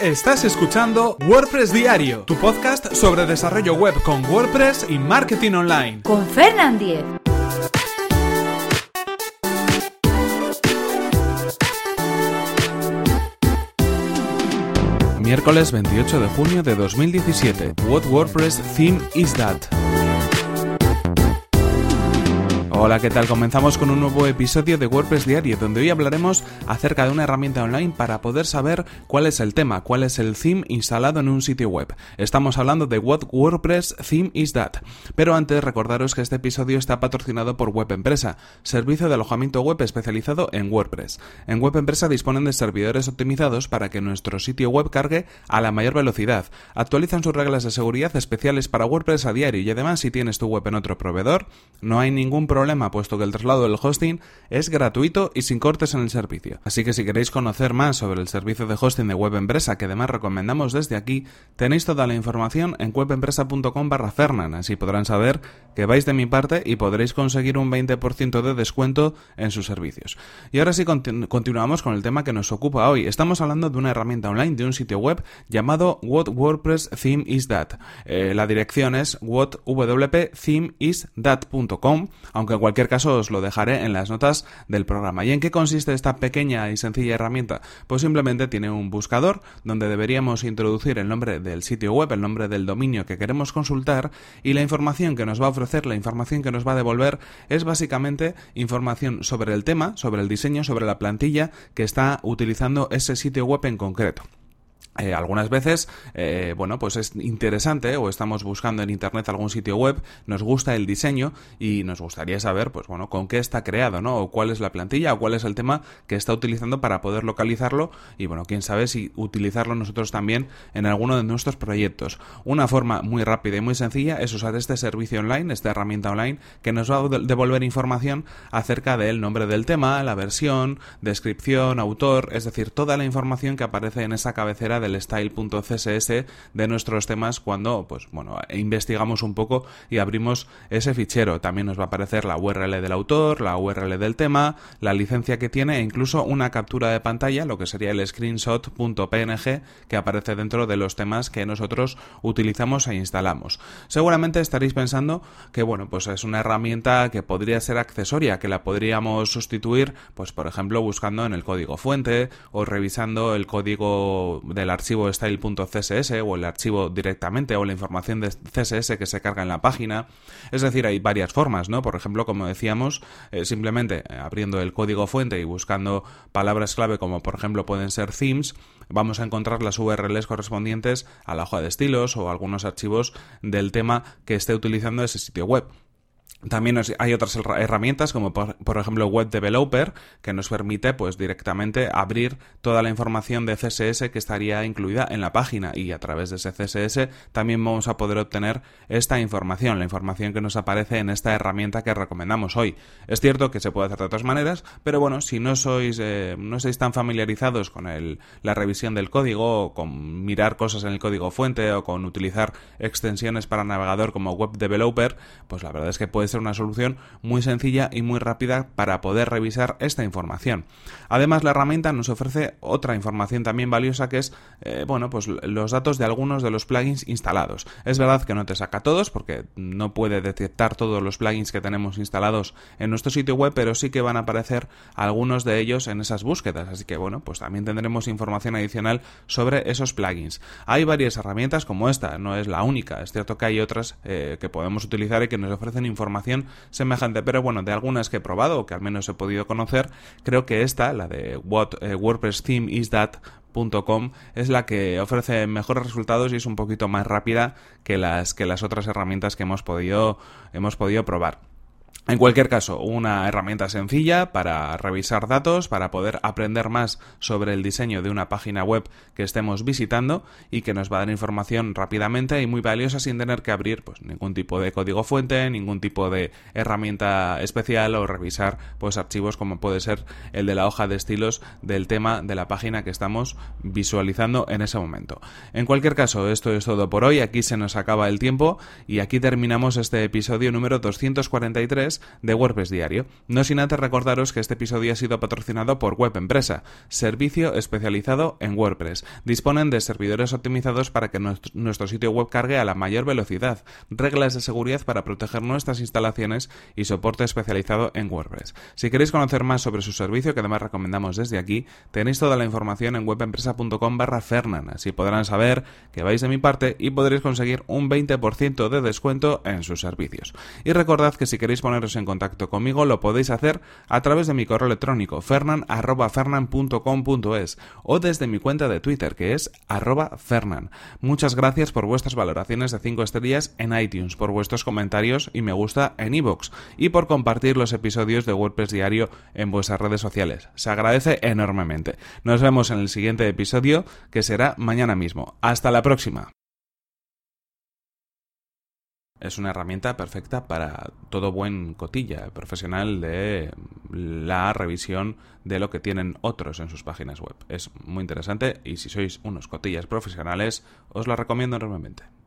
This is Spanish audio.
Estás escuchando WordPress Diario, tu podcast sobre desarrollo web con WordPress y marketing online. Con Fernand Diez. Miércoles 28 de junio de 2017. What WordPress theme is that? Hola, ¿qué tal? Comenzamos con un nuevo episodio de WordPress Diario, donde hoy hablaremos acerca de una herramienta online para poder saber cuál es el tema, cuál es el theme instalado en un sitio web. Estamos hablando de What WordPress theme is that. Pero antes, recordaros que este episodio está patrocinado por Web Empresa, servicio de alojamiento web especializado en WordPress. En Web Empresa disponen de servidores optimizados para que nuestro sitio web cargue a la mayor velocidad. Actualizan sus reglas de seguridad especiales para WordPress a diario y además, si tienes tu web en otro proveedor, no hay ningún problema, puesto que el traslado del hosting es gratuito y sin cortes en el servicio. Así que si queréis conocer más sobre el servicio de hosting de Web Empresa, que además recomendamos desde aquí, tenéis toda la información en webempresa.com/Fernan, así podrán saber que vais de mi parte y podréis conseguir un 20% de descuento en sus servicios. Y ahora sí continuamos con el tema que nos ocupa hoy. Estamos hablando de una herramienta online de un sitio web llamado What WordPress theme is that. La dirección es www.themeisthat.com, aunque en cualquier caso os lo dejaré en las notas del programa. ¿Y en qué consiste esta pequeña y sencilla herramienta? Pues simplemente tiene un buscador donde deberíamos introducir el nombre del sitio web, el nombre del dominio que queremos consultar, y la información que nos va a ofrecer, la información que nos va a devolver es básicamente información sobre el tema, sobre el diseño, sobre la plantilla que está utilizando ese sitio web en concreto. Algunas veces, pues es interesante, o estamos buscando en internet algún sitio web, nos gusta el diseño y nos gustaría saber, con qué está creado, ¿no? O cuál es la plantilla, o cuál es el tema que está utilizando para poder localizarlo y, quién sabe si utilizarlo nosotros también en alguno de nuestros proyectos. Una forma muy rápida y muy sencilla es usar este servicio online, esta herramienta online, que nos va a devolver información acerca del nombre del tema, la versión, descripción, autor, es decir, toda la información que aparece en esa cabecera del style.css de nuestros temas cuando investigamos un poco y abrimos ese fichero. También nos va a aparecer la URL del autor, la URL del tema, la licencia que tiene e incluso una captura de pantalla, lo que sería el screenshot.png que aparece dentro de los temas que nosotros utilizamos e instalamos. Seguramente estaréis pensando que es una herramienta que podría ser accesoria, que la podríamos sustituir, por ejemplo, buscando en el código fuente o revisando el código del archivo style.css o el archivo directamente o la información de CSS que se carga en la página. Es decir, hay varias formas, ¿no? Por ejemplo, como decíamos, simplemente abriendo el código fuente y buscando palabras clave como por ejemplo pueden ser themes, vamos a encontrar las URLs correspondientes a la hoja de estilos o algunos archivos del tema que esté utilizando ese sitio web. También hay otras herramientas como por ejemplo Web Developer, que nos permite directamente abrir toda la información de CSS que estaría incluida en la página, y a través de ese CSS también vamos a poder obtener esta información, la información que nos aparece en esta herramienta que recomendamos hoy. Es cierto que se puede hacer de otras maneras, pero si no estáis tan familiarizados con la revisión del código, o con mirar cosas en el código fuente, o con utilizar extensiones para navegador como Web Developer, pues la verdad es que puede ser una solución muy sencilla y muy rápida para poder revisar esta información. Además, la herramienta nos ofrece otra información también valiosa, que es los datos de algunos de los plugins instalados. Es verdad que no te saca todos porque no puede detectar todos los plugins que tenemos instalados en nuestro sitio web, pero sí que van a aparecer algunos de ellos en esas búsquedas, así que también tendremos información adicional sobre esos plugins. Hay varias herramientas como esta, no es la única. Es cierto que hay otras que podemos utilizar y que nos ofrecen información semejante, pero de algunas que he probado o que al menos he podido conocer, creo que esta, la de WordPress theme is that.com, es la que ofrece mejores resultados y es un poquito más rápida que las otras herramientas que hemos podido probar. En cualquier caso, una herramienta sencilla para revisar datos, para poder aprender más sobre el diseño de una página web que estemos visitando y que nos va a dar información rápidamente y muy valiosa sin tener que abrir ningún tipo de código fuente, ningún tipo de herramienta especial o revisar archivos como puede ser el de la hoja de estilos del tema de la página que estamos visualizando en ese momento. En cualquier caso, esto es todo por hoy. Aquí se nos acaba el tiempo y aquí terminamos este episodio número 243 sociales de WordPress Diario. No sin antes recordaros que este episodio ha sido patrocinado por Web Empresa, servicio especializado en WordPress. Disponen de servidores optimizados para que nuestro sitio web cargue a la mayor velocidad, reglas de seguridad para proteger nuestras instalaciones y soporte especializado en WordPress. Si queréis conocer más sobre su servicio, que además recomendamos desde aquí, tenéis toda la información en webempresa.com/Fernan. Así podrán saber que vais de mi parte y podréis conseguir un 20% de descuento en sus servicios. Y recordad que si queréis poneros en contacto conmigo lo podéis hacer a través de mi correo electrónico fernan@fernan.com.es o desde mi cuenta de Twitter, que es @fernan. Muchas gracias por vuestras valoraciones de 5 estrellas en iTunes, por vuestros comentarios y me gusta en iVoox y por compartir los episodios de WordPress Diario en vuestras redes sociales. Se agradece enormemente. Nos vemos en el siguiente episodio, que será mañana mismo. ¡Hasta la próxima! Es una herramienta perfecta para todo buen cotilla profesional de la revisión de lo que tienen otros en sus páginas web. Es muy interesante y si sois unos cotillas profesionales os la recomiendo enormemente.